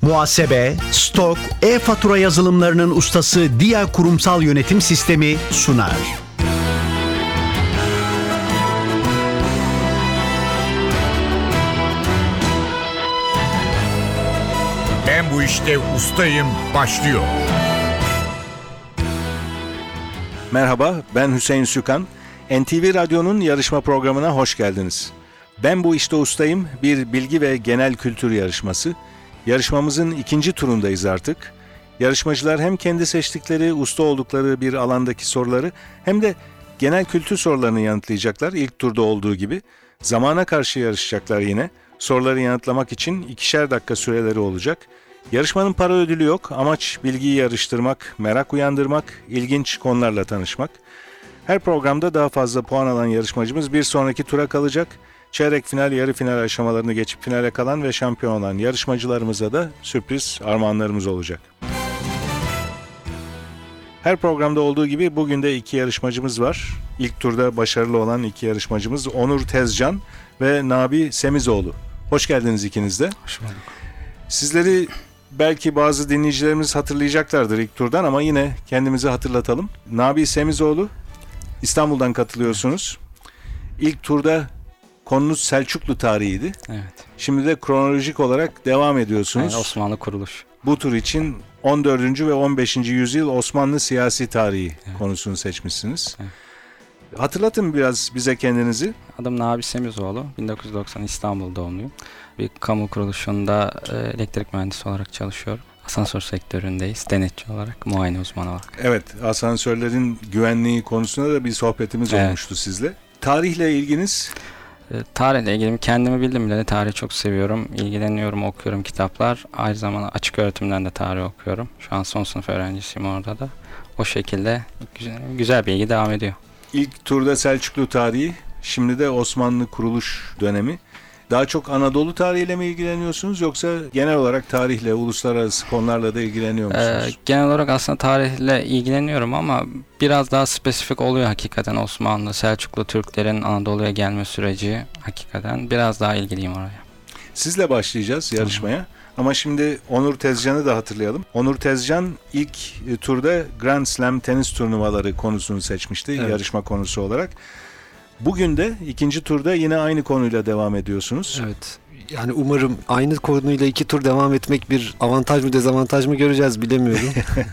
muhasebe, stok, e-fatura yazılımlarının ustası Dia Kurumsal Yönetim Sistemi sunar. Ben bu işte ustayım başlıyor. Merhaba, ben Hüseyin Sükan. NTV Radyo'nun yarışma programına hoş geldiniz. Ben bu işte ustayım, bir bilgi ve genel kültür yarışması. Yarışmamızın ikinci turundayız artık. Yarışmacılar hem kendi seçtikleri, usta oldukları bir alandaki soruları hem de genel kültür sorularını yanıtlayacaklar ilk turda olduğu gibi. Zamana karşı yarışacaklar yine. Soruları yanıtlamak için 2'şer dakika süreleri olacak. Yarışmanın para ödülü yok. Amaç bilgiyi yarıştırmak, merak uyandırmak, ilginç konularla tanışmak. Her programda daha fazla puan alan yarışmacımız bir sonraki tura kalacak. Çeyrek final, yarı final aşamalarını geçip finale kalan ve şampiyon olan yarışmacılarımıza da sürpriz armağanlarımız olacak. Her programda olduğu gibi bugün de 2 yarışmacımız var. İlk turda başarılı olan 2 yarışmacımız Onur Tezcan ve Nabi Semizoğlu. Hoş geldiniz ikiniz de. Hoş bulduk. Sizleri belki bazı dinleyicilerimiz hatırlayacaklardır ilk turdan ama yine kendimizi hatırlatalım. Nabi Semizoğlu, İstanbul'dan katılıyorsunuz. İlk turda konunuz Selçuklu tarihiydi. Evet. Şimdi de kronolojik olarak devam ediyorsunuz. Yani Osmanlı kuruluş. Bu tur için 14. ve 15. yüzyıl Osmanlı siyasi tarihi konusunu seçmişsiniz. Evet. Hatırlatın biraz bize kendinizi. Adım Nabi Semizoğlu. 1990 İstanbul doğumluyum. Bir kamu kuruluşunda elektrik mühendisi olarak çalışıyorum. Asansör sektöründeyiz. Denetçi olarak, muayene uzmanı olarak. Evet, asansörlerin güvenliği konusunda da bir sohbetimiz olmuştu sizle. Tarihle ilginiz? Tarihle ilgili kendimi bildim bile tarihi çok seviyorum. İlgileniyorum, okuyorum kitaplar. Aynı zamanda açık öğretimden de tarih okuyorum. Şu an son sınıf öğrencisiyim orada da. O şekilde güzel bir ilgi devam ediyor. İlk turda Selçuklu tarihi, şimdi de Osmanlı kuruluş dönemi. Daha çok Anadolu tarihiyle mi ilgileniyorsunuz yoksa genel olarak tarihle, uluslararası konularla da ilgileniyor musunuz? Genel olarak aslında tarihle ilgileniyorum ama biraz daha spesifik oluyor hakikaten Osmanlı, Selçuklu Türklerin Anadolu'ya gelme süreci hakikaten. Biraz daha ilgiliyim oraya. Sizle başlayacağız yarışmaya. Ama şimdi Onur Tezcan'ı da hatırlayalım. Onur Tezcan ilk turda Grand Slam tenis turnuvaları konusunu seçmişti yarışma konusu olarak. Bugün de ikinci turda yine aynı konuyla devam ediyorsunuz. Evet. Yani umarım aynı konuyla 2 tur devam etmek bir avantaj mı dezavantaj mı göreceğiz bilemiyorum.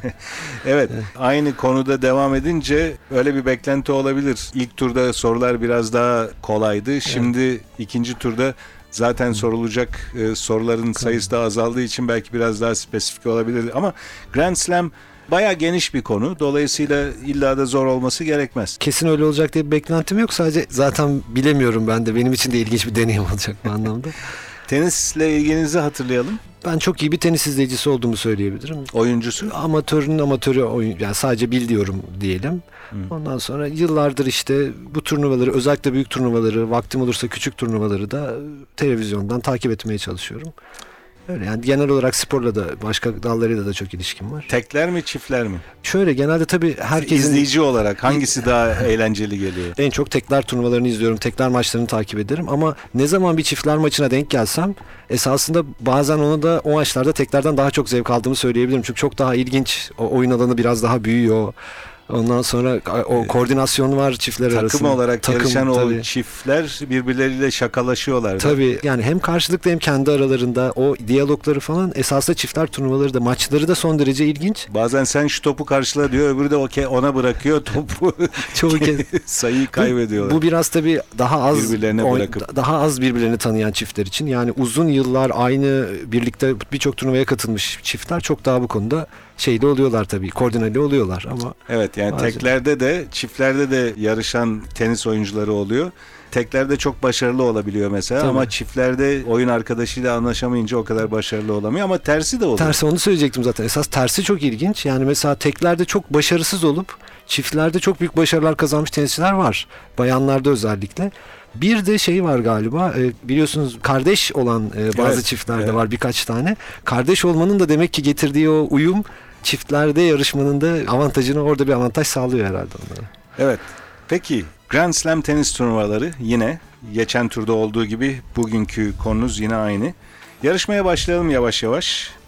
Evet, aynı konuda devam edince öyle bir beklenti olabilir. İlk turda sorular biraz daha kolaydı. Şimdi ikinci turda zaten sorulacak soruların sayısı da azaldığı için belki biraz daha spesifik olabilir. Ama Grand Slam bayağı geniş bir konu. Dolayısıyla illa da zor olması gerekmez. Kesin öyle olacak diye bir beklentim yok. Sadece zaten bilemiyorum ben de. Benim için de ilginç bir deneyim olacak bu anlamda. Tenisle ilginizi hatırlayalım. Ben çok iyi bir tenis izleyicisi olduğumu söyleyebilirim. Oyuncusu? Amatörün amatörü oyun, yani sadece biliyorum diyelim. Ondan sonra yıllardır işte bu turnuvaları, özellikle büyük turnuvaları, vaktim olursa küçük turnuvaları da televizyondan takip etmeye çalışıyorum. Öyle yani genel olarak sporla da başka dallarıyla da çok ilişkim var. Tekler mi çiftler mi? Şöyle genelde tabii herkesin... İzleyici olarak hangisi daha eğlenceli geliyor? En çok tekler turnuvalarını izliyorum. Tekler maçlarını takip ederim ama ne zaman bir çiftler maçına denk gelsem esasında bazen onu da o maçlarda teklerden daha çok zevk aldığımı söyleyebilirim. Çünkü çok daha ilginç. O oyun alanı biraz daha büyüyor. Ondan sonra o koordinasyon var çiftler arasında. Takım olarak yarışan tabii. O çiftler birbirleriyle şakalaşıyorlar. Tabii yani hem karşılıklı hem kendi aralarında o diyalogları falan esasında çiftler turnuvaları da maçları da son derece ilginç. Bazen sen şu topu karşıla diyor, öbürü de ona bırakıyor topu. Çoğu kez sayıyı kaybediyorlar. Bu biraz tabii daha az daha az birbirlerini tanıyan çiftler için. Yani uzun yıllar aynı birlikte birçok turnuvaya katılmış çiftler çok daha bu konuda şeyli oluyorlar tabii, koordineli oluyorlar ama. Evet yani bazen teklerde de çiftlerde de yarışan tenis oyuncuları oluyor. Teklerde çok başarılı olabiliyor mesela. Tabii. Ama çiftlerde oyun arkadaşıyla anlaşamayınca o kadar başarılı olamıyor ama tersi de oluyor. Tersi, onu söyleyecektim zaten. Esas tersi çok ilginç. Yani mesela teklerde çok başarısız olup çiftlerde çok büyük başarılar kazanmış tenisçiler var. Bayanlarda özellikle. Bir de şey var galiba, biliyorsunuz kardeş olan bazı çiftlerde var birkaç tane. Kardeş olmanın da demek ki getirdiği o uyum çiftlerde yarışmanın da avantajını, orada bir avantaj sağlıyor herhalde onlara. Evet. Peki Grand Slam tenis turnuvaları yine geçen turda olduğu gibi bugünkü konunuz yine aynı. Yarışmaya başlayalım yavaş yavaş.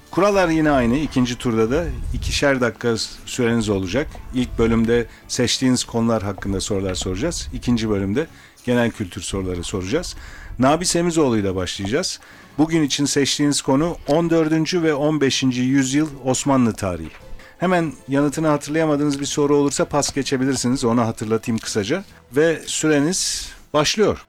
Kurallar yine aynı. İkinci turda da 2'şer dakika süreniz olacak. İlk bölümde seçtiğiniz konular hakkında sorular soracağız. İkinci bölümde genel kültür soruları soracağız. Nabi Semizoğlu ile başlayacağız. Bugün için seçtiğiniz konu 14. ve 15. yüzyıl Osmanlı tarihi. Hemen yanıtını hatırlayamadığınız bir soru olursa pas geçebilirsiniz. Onu hatırlatayım kısaca. Ve süreniz başlıyor.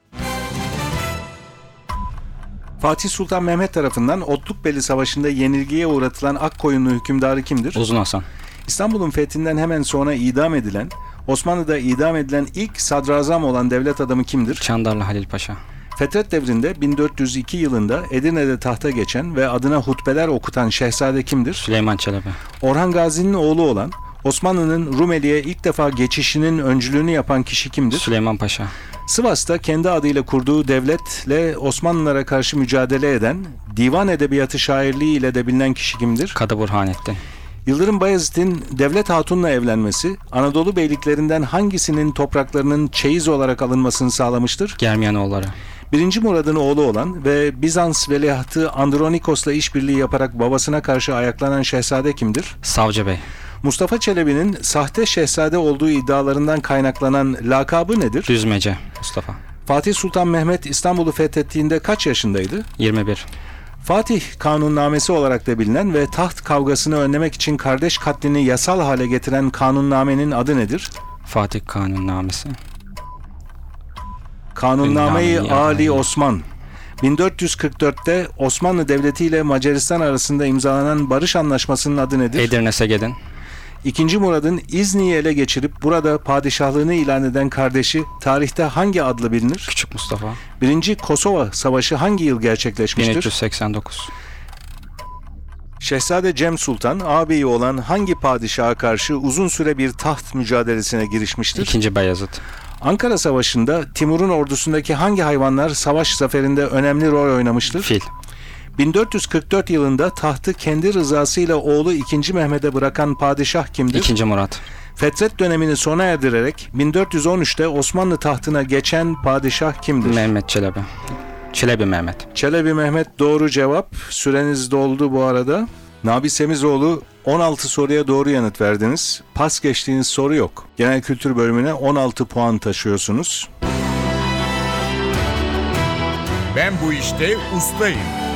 Fatih Sultan Mehmet tarafından Otlukbeli Savaşı'nda yenilgiye uğratılan Akkoyunlu hükümdarı kimdir? Uzun Hasan. İstanbul'un fethinden hemen sonra idam edilen, Osmanlı'da idam edilen ilk sadrazam olan devlet adamı kimdir? Çandarlı Halil Paşa. Fetret devrinde 1402 yılında Edirne'de tahta geçen ve adına hutbeler okutan şehzade kimdir? Süleyman Çelebi. Orhan Gazi'nin oğlu olan, Osmanlı'nın Rumeli'ye ilk defa geçişinin öncülüğünü yapan kişi kimdir? Süleyman Paşa. Sivas'ta kendi adıyla kurduğu devletle Osmanlılara karşı mücadele eden, divan edebiyatı şairliği ile de bilinen kişi kimdir? Kadı Burhanettin. Yıldırım Bayezid'in Devlet Hatun'la evlenmesi, Anadolu beyliklerinden hangisinin topraklarının çeyiz olarak alınmasını sağlamıştır? Germiyanoğulları. 1. Murad'ın oğlu olan ve Bizans veliahtı Andronikos'la işbirliği yaparak babasına karşı ayaklanan şehzade kimdir? Savcı Bey. Mustafa Çelebi'nin sahte şehzade olduğu iddialarından kaynaklanan lakabı nedir? Düzmece. Mustafa. Fatih Sultan Mehmet İstanbul'u fethettiğinde kaç yaşındaydı? 21. Fatih Kanunnamesi olarak da bilinen ve taht kavgasını önlemek için kardeş katlini yasal hale getiren kanunnamenin adı nedir? Fatih Kanunnamesi. Kanunname-i Kanunname-i Ali Ali. Osman. 1444'te Osmanlı Devleti ile Macaristan arasında imzalanan barış anlaşmasının adı nedir? Edirne Segedin. 2. Murad'ın İzni'yi ele geçirip burada padişahlığını ilan eden kardeşi tarihte hangi adlı bilinir? Küçük Mustafa. 1. Kosova Savaşı hangi yıl gerçekleşmiştir? 1389. Şehzade Cem Sultan, ağabeyi olan hangi padişaha karşı uzun süre bir taht mücadelesine girişmiştir? 2. Bayezid. Ankara Savaşı'nda Timur'un ordusundaki hangi hayvanlar savaş zaferinde önemli rol oynamıştır? Fil. 1444 yılında tahtı kendi rızasıyla oğlu 2. Mehmet'e bırakan padişah kimdir? 2. Murat. Fetret dönemini sona erdirerek 1413'te Osmanlı tahtına geçen padişah kimdir? Mehmet Çelebi. Çelebi Mehmet. Çelebi Mehmet doğru cevap. Süreniz doldu bu arada. Nabi Semizoğlu 16 soruya doğru yanıt verdiniz. Pas geçtiğiniz soru yok. Genel kültür bölümüne 16 puan taşıyorsunuz. Ben bu işte ustayım.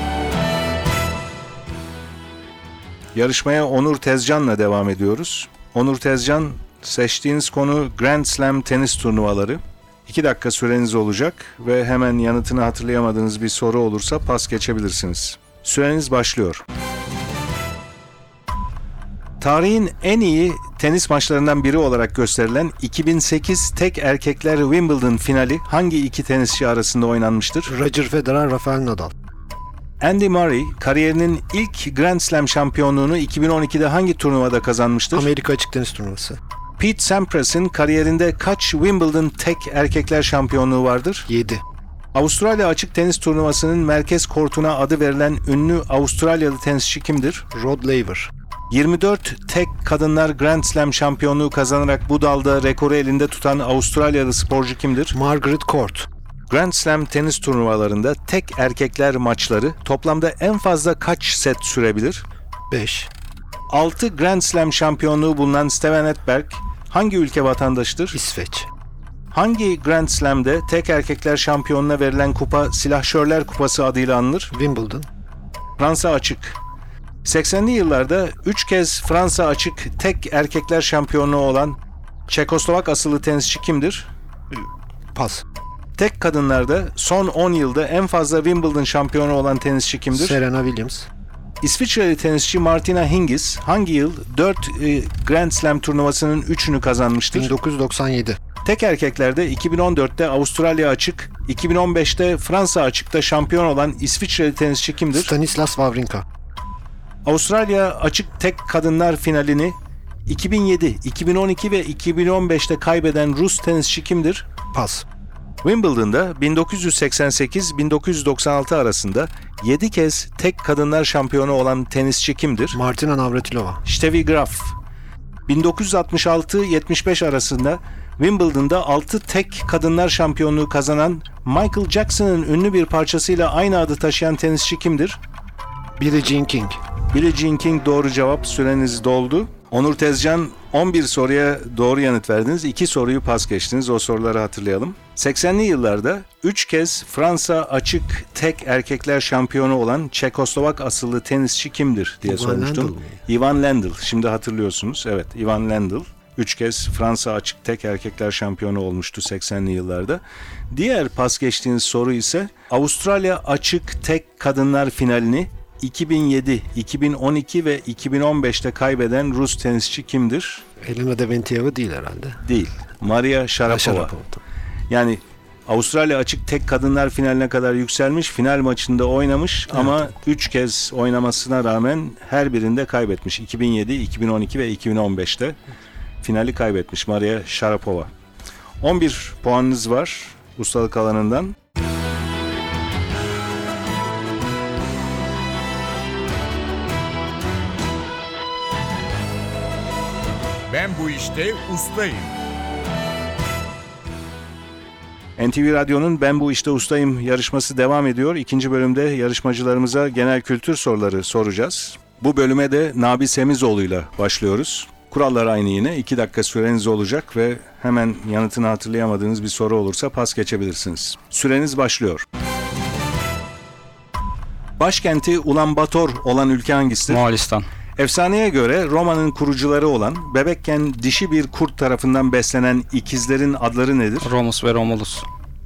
Yarışmaya Onur Tezcan'la devam ediyoruz. Onur Tezcan, seçtiğiniz konu Grand Slam tenis turnuvaları. 2 dakika süreniz olacak ve hemen yanıtını hatırlayamadığınız bir soru olursa pas geçebilirsiniz. Süreniz başlıyor. Tarihin en iyi tenis maçlarından biri olarak gösterilen 2008 tek erkekler Wimbledon finali hangi iki tenisçi arasında oynanmıştır? Roger Federer, Rafael Nadal. Andy Murray kariyerinin ilk Grand Slam şampiyonluğunu 2012'de hangi turnuvada kazanmıştır? Amerika Açık Tenis Turnuvası. Pete Sampras'ın kariyerinde kaç Wimbledon tek erkekler şampiyonluğu vardır? 7. Avustralya Açık Tenis Turnuvası'nın merkez kortuna adı verilen ünlü Avustralyalı tenisçi kimdir? Rod Laver. 24 tek kadınlar Grand Slam şampiyonluğu kazanarak bu dalda rekoru elinde tutan Avustralyalı sporcu kimdir? Margaret Court. Grand Slam tenis turnuvalarında tek erkekler maçları toplamda en fazla kaç set sürebilir? 5. 6 Grand Slam şampiyonluğu bulunan Steven Edberg hangi ülke vatandaşıdır? İsveç. Hangi Grand Slam'de tek erkekler şampiyonuna verilen kupa Silahşörler Kupası adıyla anılır? Wimbledon. Fransa Açık. 80'li yıllarda 3 kez Fransa Açık tek erkekler şampiyonluğu olan Çekoslovak asıllı tenisçi kimdir? Pas. Tek kadınlarda son 10 yılda en fazla Wimbledon şampiyonu olan tenisçi kimdir? Serena Williams. İsviçreli tenisçi Martina Hingis hangi yıl 4 Grand Slam turnuvasının 3'ünü kazanmıştır? 1997. Tek erkeklerde 2014'te Avustralya Açık, 2015'te Fransa Açık'ta şampiyon olan İsviçreli tenisçi kimdir? Stanislas Wawrinka. Avustralya Açık tek kadınlar finalini 2007, 2012 ve 2015'te kaybeden Rus tenisçi kimdir? Pas. Wimbledon'da 1988-1996 arasında 7 kez tek kadınlar şampiyonu olan tenisçi kimdir? Martina Navratilova. Steffi Graf. 1966-75 arasında Wimbledon'da 6 tek kadınlar şampiyonluğu kazanan Michael Jackson'ın ünlü bir parçasıyla aynı adı taşıyan tenisçi kimdir? Billie Jean King. Billie Jean King doğru cevap. Süreniz doldu. Onur Tezcan 11 soruya doğru yanıt verdiniz. 2 soruyu pas geçtiniz. O soruları hatırlayalım. 80'li yıllarda 3 kez Fransa açık tek erkekler şampiyonu olan Çekoslovak asıllı tenisçi kimdir diye Ivan sormuştum. Lendl mi? Ivan Lendl. Şimdi hatırlıyorsunuz. Evet, Ivan Lendl. 3 kez Fransa açık tek erkekler şampiyonu olmuştu 80'li yıllarda. Diğer pas geçtiğiniz soru ise Avustralya açık tek kadınlar finalini 2007, 2012 ve 2015'te kaybeden Rus tenisçi kimdir? Elena Deventiyeva değil herhalde. Değil. Maria Sharapova. Sharapova. Yani Avustralya açık tek kadınlar finaline kadar yükselmiş, final maçında oynamış ama 3 kez oynamasına rağmen her birinde kaybetmiş. 2007, 2012 ve 2015'te finali kaybetmiş Maria Sharapova. 11 puanınız var ustalık alanından. Ben bu işte ustayım. NTV Radyo'nun Ben Bu İşte Ustayım yarışması devam ediyor. İkinci bölümde yarışmacılarımıza genel kültür soruları soracağız. Bu bölüme de Nabi Semizoğlu'yla başlıyoruz. Kurallar aynı yine. 2 dakika süreniz olacak ve hemen yanıtını hatırlayamadığınız bir soru olursa pas geçebilirsiniz. Süreniz başlıyor. Başkenti Ulanbator olan ülke hangisidir? Moğolistan. Efsaneye göre Roma'nın kurucuları olan bebekken dişi bir kurt tarafından beslenen ikizlerin adları nedir? Romus ve Romulus.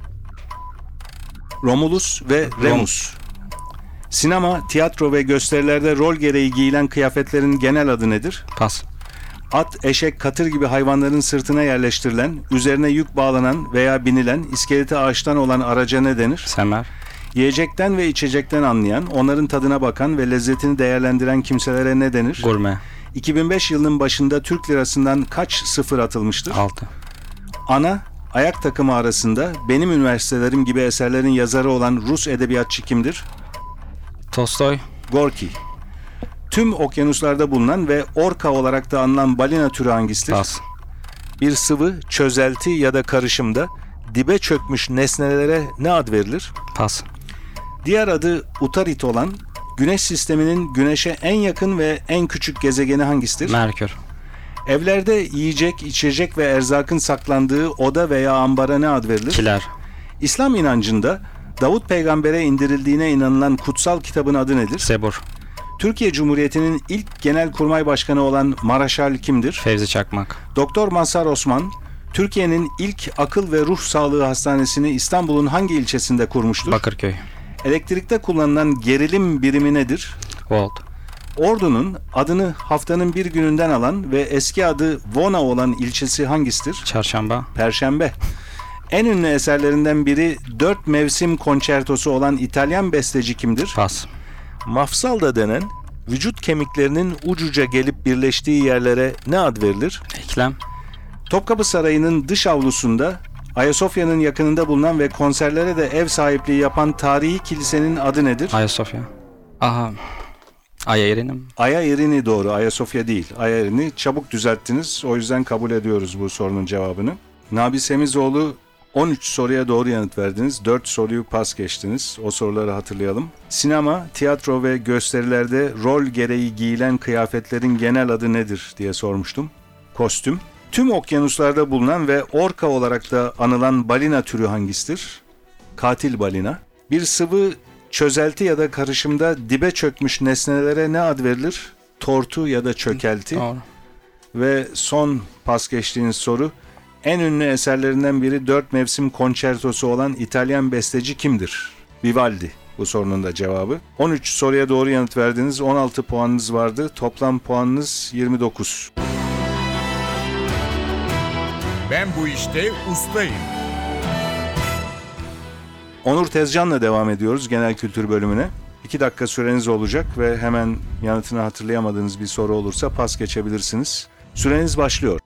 Romulus ve Remus. Sinema, tiyatro ve gösterilerde rol gereği giyilen kıyafetlerin genel adı nedir? Pas. At, eşek, katır gibi hayvanların sırtına yerleştirilen, üzerine yük bağlanan veya binilen, iskeleti ağaçtan olan araca ne denir? Semer. Yiyecekten ve içecekten anlayan, onların tadına bakan ve lezzetini değerlendiren kimselere ne denir? Gurme. 2005 yılının başında Türk lirasından kaç sıfır atılmıştır? 6. Ana, ayak takımı arasında Benim Üniversitelerim gibi eserlerin yazarı olan Rus edebiyatçı kimdir? Tolstoy. Gorki. Tüm okyanuslarda bulunan ve orka olarak da anılan balina türü hangisidir? Pas. Bir sıvı, çözelti ya da karışımda dibe çökmüş nesnelere ne ad verilir? Pas. Diğer adı Utarit olan Güneş sisteminin Güneş'e en yakın ve en küçük gezegeni hangisidir? Merkür. Evlerde yiyecek, içecek ve erzakın saklandığı oda veya ambara ne ad verilir? Kiler. İslam inancında Davut peygambere indirildiğine inanılan kutsal kitabın adı nedir? Zebur. Türkiye Cumhuriyeti'nin ilk genelkurmay başkanı olan Maraşal kimdir? Fevzi Çakmak. Doktor Mazhar Osman, Türkiye'nin ilk akıl ve ruh sağlığı hastanesini İstanbul'un hangi ilçesinde kurmuştur? Bakırköy. Elektrikte kullanılan gerilim birimi nedir? Volt. Ordu'nun adını haftanın bir gününden alan ve eski adı Vona olan ilçesi hangisidir? Çarşamba. Perşembe. En ünlü eserlerinden biri 4 mevsim konçertosu olan İtalyan besteci kimdir? Pas. Mafsalda denen vücut kemiklerinin ucuca gelip birleştiği yerlere ne ad verilir? Eklem. Topkapı Sarayı'nın dış avlusunda Ayasofya'nın yakınında bulunan ve konserlere de ev sahipliği yapan tarihi kilisenin adı nedir? Ayasofya. Aha. Aya Erinim. Aya Erini doğru. Ayasofya değil. Aya Erini. Çabuk düzelttiniz. O yüzden kabul ediyoruz bu sorunun cevabını. Nabi Semizoğlu 13 soruya doğru yanıt verdiniz. 4 soruyu pas geçtiniz. O soruları hatırlayalım. Sinema, tiyatro ve gösterilerde rol gereği giyilen kıyafetlerin genel adı nedir diye sormuştum. Kostüm. Tüm okyanuslarda bulunan ve orka olarak da anılan balina türü hangisidir? Katil balina. Bir sıvı, çözelti ya da karışımda dibe çökmüş nesnelere ne ad verilir? Tortu ya da çökelti. Doğru. Ve son pas geçtiğiniz soru. En ünlü eserlerinden biri 4 mevsim konçertosu olan İtalyan besteci kimdir? Vivaldi bu sorunun da cevabı. 13 soruya doğru yanıt verdiniz. 16 puanınız vardı. Toplam puanınız 29. Ben bu işte ustayım. Onur Tezcan'la devam ediyoruz genel kültür bölümüne. 2 dakika süreniz olacak ve hemen yanıtını hatırlayamadığınız bir soru olursa pas geçebilirsiniz. Süreniz başlıyor.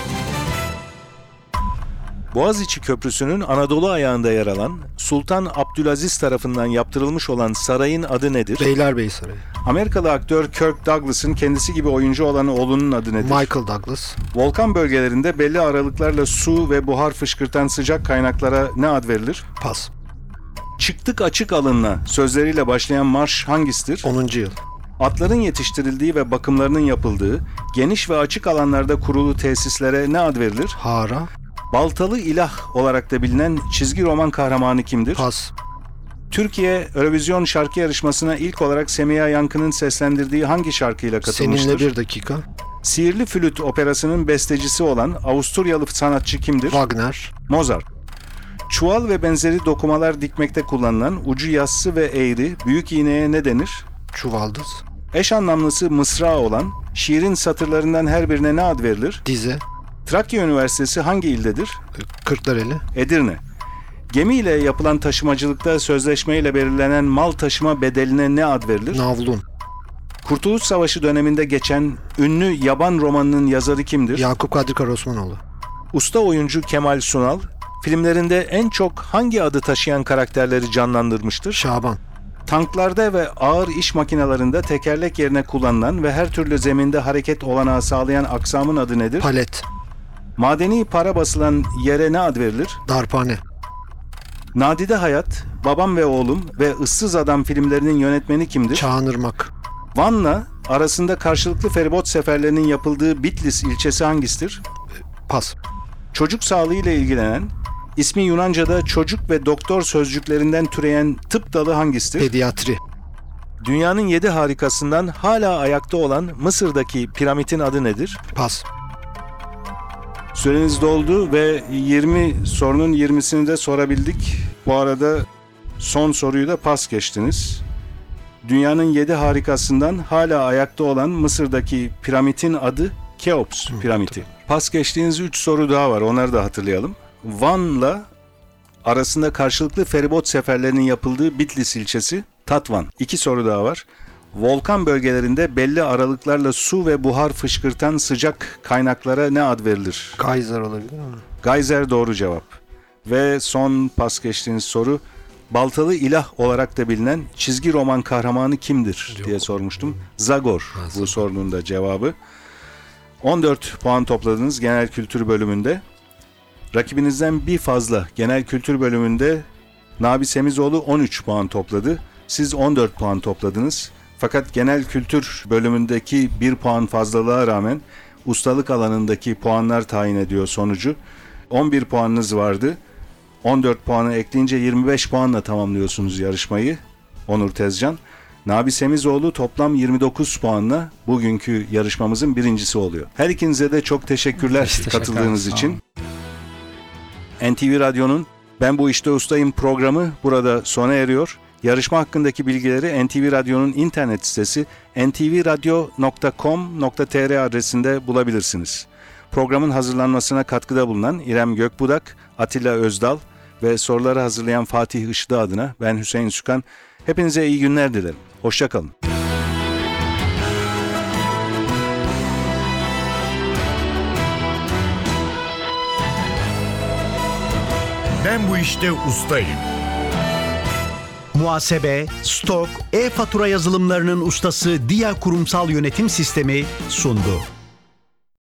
Boğaziçi Köprüsü'nün Anadolu ayağında yer alan Sultan Abdülaziz tarafından yaptırılmış olan sarayın adı nedir? Beylerbeyi Sarayı. Amerikalı aktör Kirk Douglas'ın kendisi gibi oyuncu olan oğlunun adı nedir? Michael Douglas. Volkan bölgelerinde belli aralıklarla su ve buhar fışkırtan sıcak kaynaklara ne ad verilir? Pas. Çıktık açık alınla sözleriyle başlayan marş hangisidir? 10. yıl. Atların yetiştirildiği ve bakımlarının yapıldığı, geniş ve açık alanlarda kurulu tesislere ne ad verilir? Hara. Baltalı ilah olarak da bilinen çizgi roman kahramanı kimdir? Pas. Türkiye Eurovision şarkı yarışmasına ilk olarak Semiha Yankı'nın seslendirdiği hangi şarkıyla katılmıştır? Seninle bir dakika. Sihirli Flüt operasının bestecisi olan Avusturyalı sanatçı kimdir? Wagner. Mozart. Çuval ve benzeri dokumalar dikmekte kullanılan ucu yassı ve eğri büyük iğneye ne denir? Çuvaldız. Eş anlamlısı mısra olan şiirin satırlarından her birine ne ad verilir? Dize. Trakya Üniversitesi hangi ildedir? Kırklareli. Edirne. Gemiyle yapılan taşımacılıkta sözleşmeyle belirlenen mal taşıma bedeline ne ad verilir? Navlun. Kurtuluş Savaşı döneminde geçen ünlü Yaban romanının yazarı kimdir? Yakup Kadri Karaosmanoğlu. Usta oyuncu Kemal Sunal, filmlerinde en çok hangi adı taşıyan karakterleri canlandırmıştır? Şaban. Tanklarda ve ağır iş makinelerinde tekerlek yerine kullanılan ve her türlü zeminde hareket olanağı sağlayan aksamın adı nedir? Palet. Madeni para basılan yere ne ad verilir? Darphane. Nadide Hayat, Babam ve Oğlum ve Issız Adam filmlerinin yönetmeni kimdir? Çağınırmak. Van'la arasında karşılıklı feribot seferlerinin yapıldığı Bitlis ilçesi hangisidir? Pas. Çocuk sağlığı ile ilgilenen, ismi Yunanca'da çocuk ve doktor sözcüklerinden türeyen tıp dalı hangisidir? Pediatri. Dünyanın 7 harikasından hala ayakta olan Mısır'daki piramidin adı nedir? Pas. Süreniz doldu ve 20 sorunun 20'sini de sorabildik. Bu arada son soruyu da pas geçtiniz. Dünyanın 7 harikasından hala ayakta olan Mısır'daki piramidin adı Keops piramidi. Pas geçtiğiniz 3 soru daha var, onları da hatırlayalım. Van'la arasında karşılıklı feribot seferlerinin yapıldığı Bitlis ilçesi Tatvan. 2 soru daha var. Volkan bölgelerinde belli aralıklarla su ve buhar fışkırtan sıcak kaynaklara ne ad verilir? Kaiser olabilir mi? Geyser doğru cevap. Ve son pas geçtiğiniz soru, Baltalı ilah olarak da bilinen çizgi roman kahramanı kimdir diye sormuştum. Zagor bu sorunun da cevabı. 14 puan topladınız genel kültür bölümünde. Rakibinizden bir fazla genel kültür bölümünde Nabi Semizoğlu 13 puan topladı. Siz 14 puan topladınız. Fakat genel kültür bölümündeki 1 puan fazlalığa rağmen ustalık alanındaki puanlar tayin ediyor sonucu. 11 puanınız vardı. 14 puanı ekleyince 25 puanla tamamlıyorsunuz yarışmayı. Onur Tezcan. Nabi Semizoğlu toplam 29 puanla bugünkü yarışmamızın birincisi oluyor. Her ikinize de çok teşekkürler Teşekkür katıldığınız ederim, için. NTV Radyo'nun Ben Bu İşte Ustayım programı burada sona eriyor. Yarışma hakkındaki bilgileri NTV Radyo'nun internet sitesi ntvradyo.com.tr adresinde bulabilirsiniz. Programın hazırlanmasına katkıda bulunan İrem Gökbudak, Atilla Özdal ve soruları hazırlayan Fatih Işıdı adına ben Hüseyin Sükan. Hepinize iyi günler dilerim. Hoşça kalın. Ben bu işte ustayım. Muhasebe, stok, e-fatura yazılımlarının ustası Dia Kurumsal Yönetim Sistemi sundu.